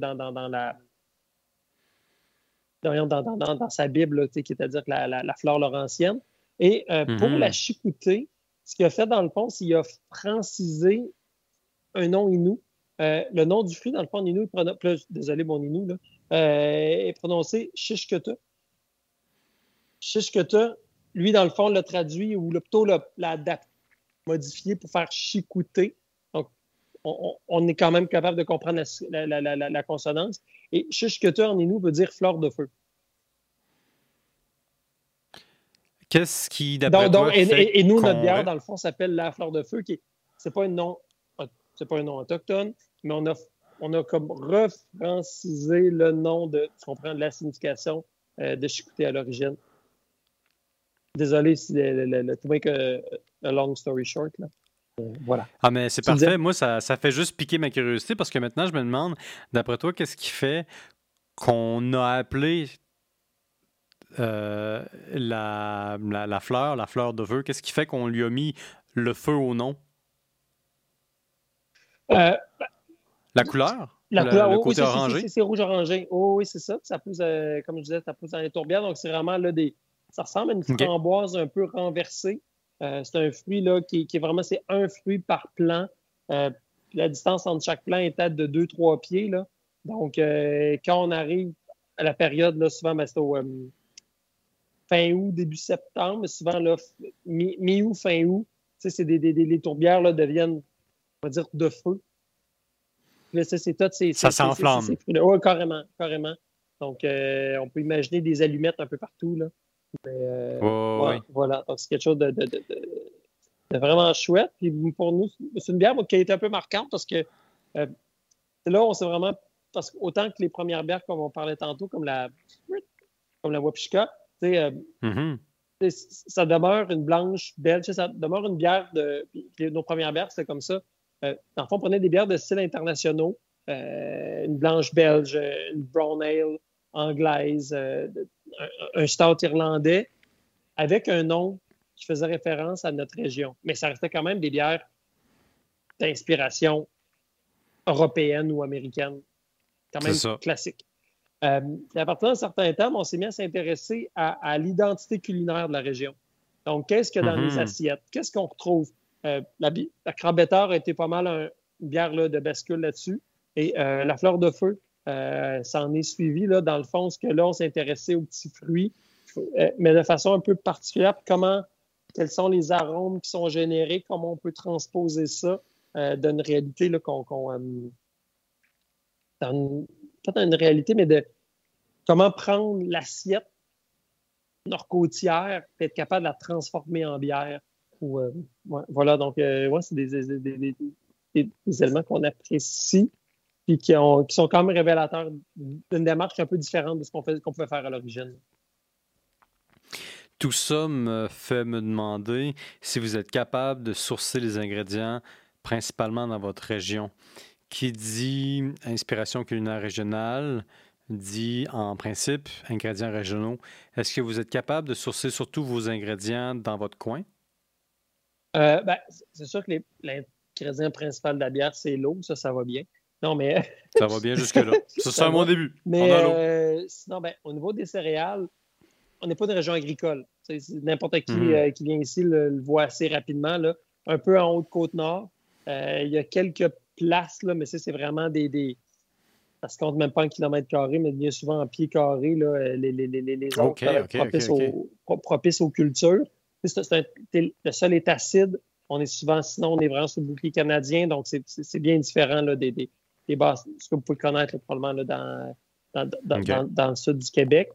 dans sa Bible, là, qui est à dire la flore laurentienne. Et pour la chicouté, ce qu'il a fait, dans le fond, c'est qu'il a francisé un nom Innu. Le nom du fruit, dans le fond, en Innu, désolé, mon Innu, est prononcé Shishketa. Shishketa, lui, dans le fond, l'a traduit ou plutôt l'a modifié pour faire chicouté. Donc, on est quand même capable de comprendre la consonance. Et Shishketa en Innu veut dire fleur de feu. Qu'est-ce qui, d'après toi, et nous, notre bière, dans le fond, s'appelle la fleur de feu, c'est pas un nom autochtone, mais on a comme refrancisé le nom de, tu comprends, de la signification de Chicoutimi à l'origine. Désolé si tu vois que a long story short, là. Voilà. Ah, mais c'est Tu disais? parfait. Moi, ça fait juste piquer ma curiosité parce que maintenant, je me demande, d'après toi, qu'est-ce qui fait qu'on a appelé la fleur de feu, qu'est-ce qui fait qu'on lui a mis le feu au nom? Euh, La couleur? La couleur, Le oui, côté orangé? c'est rouge-orangé. Oh, oui, c'est ça. Ça pousse, comme je disais, ça pousse dans les tourbières. Donc, c'est vraiment là, ça ressemble à une OK. framboise un peu renversée. C'est un fruit là, qui est vraiment, c'est un fruit par plant. La distance entre chaque plant est à de 2-3 pieds. Là. Donc, quand on arrive à la période, là, souvent, c'est au fin août, début septembre, mais souvent, là, mi-août, fin août, c'est les tourbières là, deviennent, on va dire, de feu. Là, c'est tout, Ça s'enflamme. Oui, carrément, carrément. Donc, on peut imaginer des allumettes un peu partout. Là. Mais, oui. Voilà, donc c'est quelque chose de vraiment chouette. Puis pour nous, c'est une bière qui a été un peu marquante parce que c'est là où on s'est vraiment... Parce que autant que les premières bières, comme on parlait tantôt, comme la Wapishka, ça demeure une blanche belge, ça demeure une bière nos premières bières, c'était comme ça. Dans le fond, on prenait des bières de style internationaux, une blanche belge, une brown ale anglaise, un stout irlandais, avec un nom qui faisait référence à notre région. Mais ça restait quand même des bières d'inspiration européenne ou américaine, quand même classique. À partir d'un certain temps, on s'est mis à s'intéresser à l'identité culinaire de la région. Donc, qu'est-ce qu'il y a dans les assiettes? Qu'est-ce qu'on retrouve? La Crabettard a été pas mal une bière là, de bascule là-dessus. Et la fleur de feu, ça en est suivi. Là, dans le fond, ce que là, on s'est intéressé aux petits fruits, mais de façon un peu particulière. Quels sont les arômes qui sont générés? Comment on peut transposer ça d'une réalité là, pas dans une réalité, mais de comment prendre l'assiette nord-côtière et être capable de la transformer en bière. Voilà, donc c'est des éléments qu'on apprécie et qui sont quand même révélateurs d'une démarche un peu différente de ce qu'on pouvait faire à l'origine. Tout ça me fait me demander si vous êtes capable de sourcer les ingrédients principalement dans votre région. Qui dit inspiration culinaire régionale, dit en principe ingrédients régionaux. Est-ce que vous êtes capable de sourcer surtout vos ingrédients dans votre coin? C'est sûr que l'ingrédient principal de la bière, c'est l'eau. Ça va bien. Non, mais... Ça va bien jusque-là. C'est un bon début. Mais sinon, au niveau des céréales, on n'est pas une région agricole. N'importe qui qui vient ici le voit assez rapidement. Là. Un peu en haut de Côte-Nord. Il y a quelques places, là, mais c'est vraiment ça se compte même pas en kilomètres carrés, mais bien souvent en pieds carrés, là, les zones propices aux cultures. Le sol est acide. Sinon, on est vraiment sur le bouclier canadien, donc c'est bien différent là, des bases, ce que vous pouvez connaître là, probablement là, dans le sud du Québec.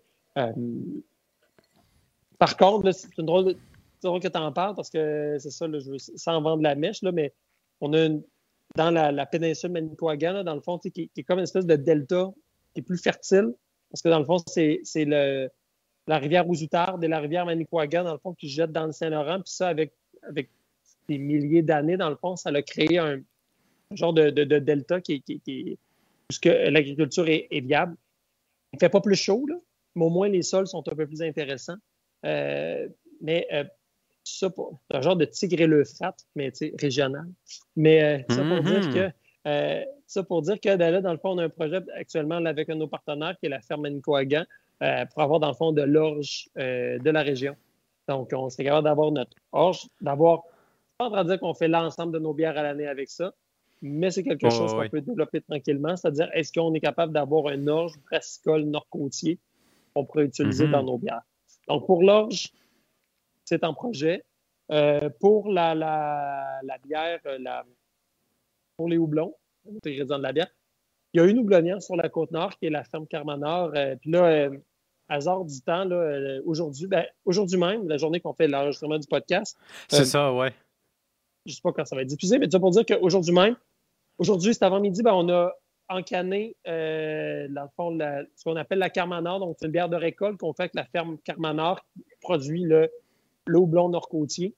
Par contre, là, c'est drôle que tu en parles parce que c'est ça, là, sans vendre la mèche, là, mais on a dans la péninsule Manicouagan, là, dans le fond, qui est comme une espèce de delta qui est plus fertile parce que dans le fond, c'est la rivière Ouzoutarde et la rivière Manicouagan, dans le fond, qui se jettent dans le Saint-Laurent. Puis ça, avec des milliers d'années, dans le fond, ça a créé un genre de delta puisque l'agriculture est viable. Il ne fait pas plus chaud, là, mais au moins les sols sont un peu plus intéressants. Mais ça, c'est un genre de tigre et l'euphrate, mais régional. Mais ça pour dire que là, dans le fond, on a un projet actuellement là, avec un de nos partenaires qui est la ferme Manicouagan pour avoir, dans le fond, de l'orge de la région. Donc, on serait capable d'avoir notre orge, pas en train de dire qu'on fait l'ensemble de nos bières à l'année avec ça, mais c'est quelque chose qu'on peut développer tranquillement. C'est-à-dire, est-ce qu'on est capable d'avoir un orge brassicole nord-côtier qu'on pourrait utiliser dans nos bières? Donc, pour l'orge, c'est en projet. Pour la bière, pour les houblons, l'ingrédient de la bière, il y a une houblonnière sur la Côte-Nord qui est la ferme Carmanor. Puis là, hasard du temps, là, aujourd'hui même, la journée qu'on fait l'enregistrement du podcast. C'est ça, ouais. Je ne sais pas quand ça va être diffusé, mais ça pour dire qu'aujourd'hui même, c'est avant-midi, on a en cannée, dans le fond, ce qu'on appelle la Carmanor. Donc, c'est une bière de récolte qu'on fait avec la ferme Carmanor qui produit le houblon nord-côtier.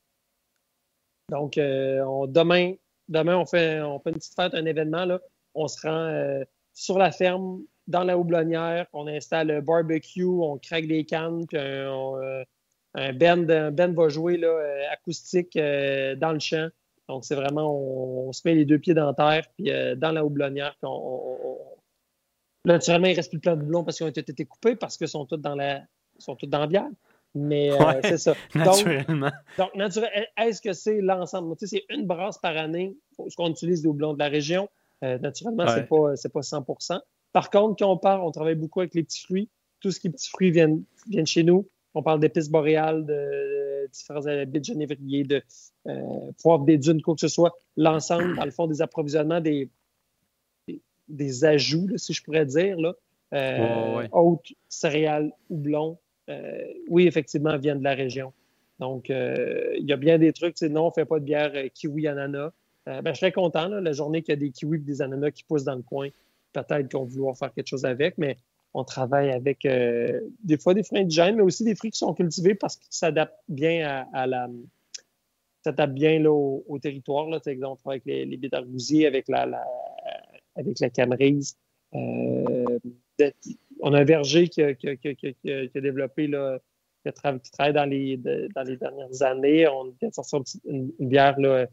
Donc, demain, on fait une petite fête, un événement. Là. On se rend sur la ferme, dans la houblonnière. On installe le barbecue, on craque des cannes, puis un band va jouer là, acoustique dans le champ. Donc, c'est vraiment, on se met les deux pieds dans la terre, puis dans la houblonnière. Puis là, naturellement, il ne reste plus plein de houblons parce qu'ils ont été coupés, parce qu'ils sont tous dans la bière. Mais c'est ça. Naturellement. Donc, est-ce que c'est l'ensemble? Tu sais, c'est une brasse par année, ce qu'on utilise des houblons de la région. Naturellement, c'est pas 100%. Par contre, quand on travaille beaucoup avec les petits fruits. Tout ce qui est petits fruits viennent chez nous. On parle d'épices boréales, de différents baies de genévrier, de poivre des dunes, quoi que ce soit. L'ensemble, dans le fond, des approvisionnements, des ajouts, là, si je pourrais dire, là, autres, céréales, houblon, oui, effectivement, viennent de la région. Donc, il y a bien des trucs. Non, on ne fait pas de bière kiwi ananas. Je serais content, là, la journée qu'il y a des kiwis et des ananas qui poussent dans le coin. Peut-être qu'on va vouloir faire quelque chose avec, mais on travaille avec des fois des fruits indigènes, mais aussi des fruits qui sont cultivés parce qu'ils s'adaptent bien s'adaptent bien là, au territoire. Là. Exemple, on travaille avec les baies d'argousier, avec la camerise. On a un verger qui a développé, là, qui travaille dans les dernières années. On vient de sortir une bière là,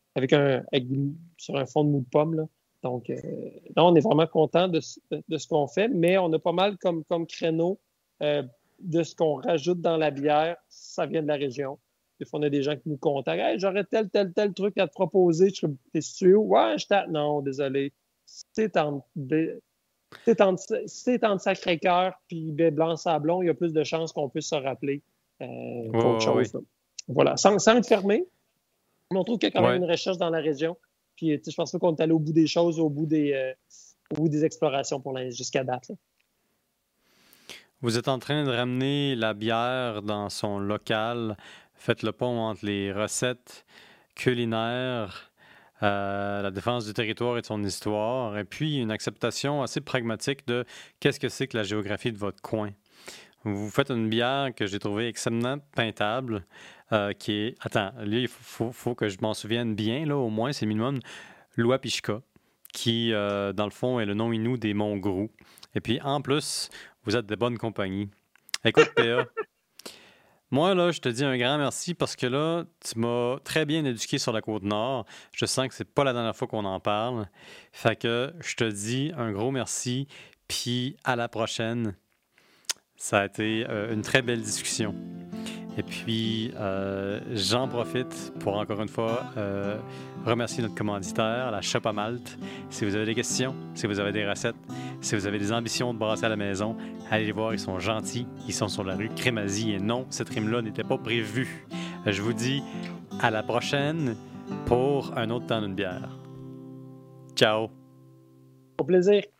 sur un fond de mou de pomme. Là. Donc, on est vraiment content de ce qu'on fait, mais on a pas mal comme créneau de ce qu'on rajoute dans la bière. Ça vient de la région. Des fois, on a des gens qui nous contactent. Hey, j'aurais tel truc à te proposer. T'es situé où? Ouais, non, désolé. C'est entre Sacré-Cœur puis Blanc-Sablon, il y a plus de chances qu'on puisse se rappeler qu'autre chose. Oui. Voilà. Sans être fermé, on trouve qu'il y a quand même une recherche dans la région. Puis, je pense pas qu'on est allé au bout des choses, au bout des explorations jusqu'à date. Là. Vous êtes en train de ramener la bière dans son local. Faites le pont entre les recettes culinaires, la défense du territoire et de son histoire, et puis une acceptation assez pragmatique de qu'est-ce que c'est que la géographie de votre coin. Vous faites une bière que j'ai trouvée extrêmement peintable, qui est... Attends, là, il faut que je m'en souvienne bien, là, au moins, c'est minimum, Luapishka, qui, dans le fond, est le nom inou des monts Grou. Et puis, en plus, vous êtes de bonne compagnie. Écoute, PA, moi, là, je te dis un grand merci parce que là, tu m'as très bien éduqué sur la Côte-Nord. Je sens que c'est pas la dernière fois qu'on en parle. Fait que je te dis un gros merci, puis à la prochaine. Ça a été une très belle discussion. Et puis, j'en profite pour encore une fois remercier notre commanditaire, la Shop à Malte. Si vous avez des questions, si vous avez des recettes, si vous avez des ambitions de brasser à la maison, allez les voir, ils sont gentils. Ils sont sur la rue Crémazie. Et non, cette rime-là n'était pas prévue. Je vous dis à la prochaine pour un autre temps d'une bière. Ciao! Au plaisir!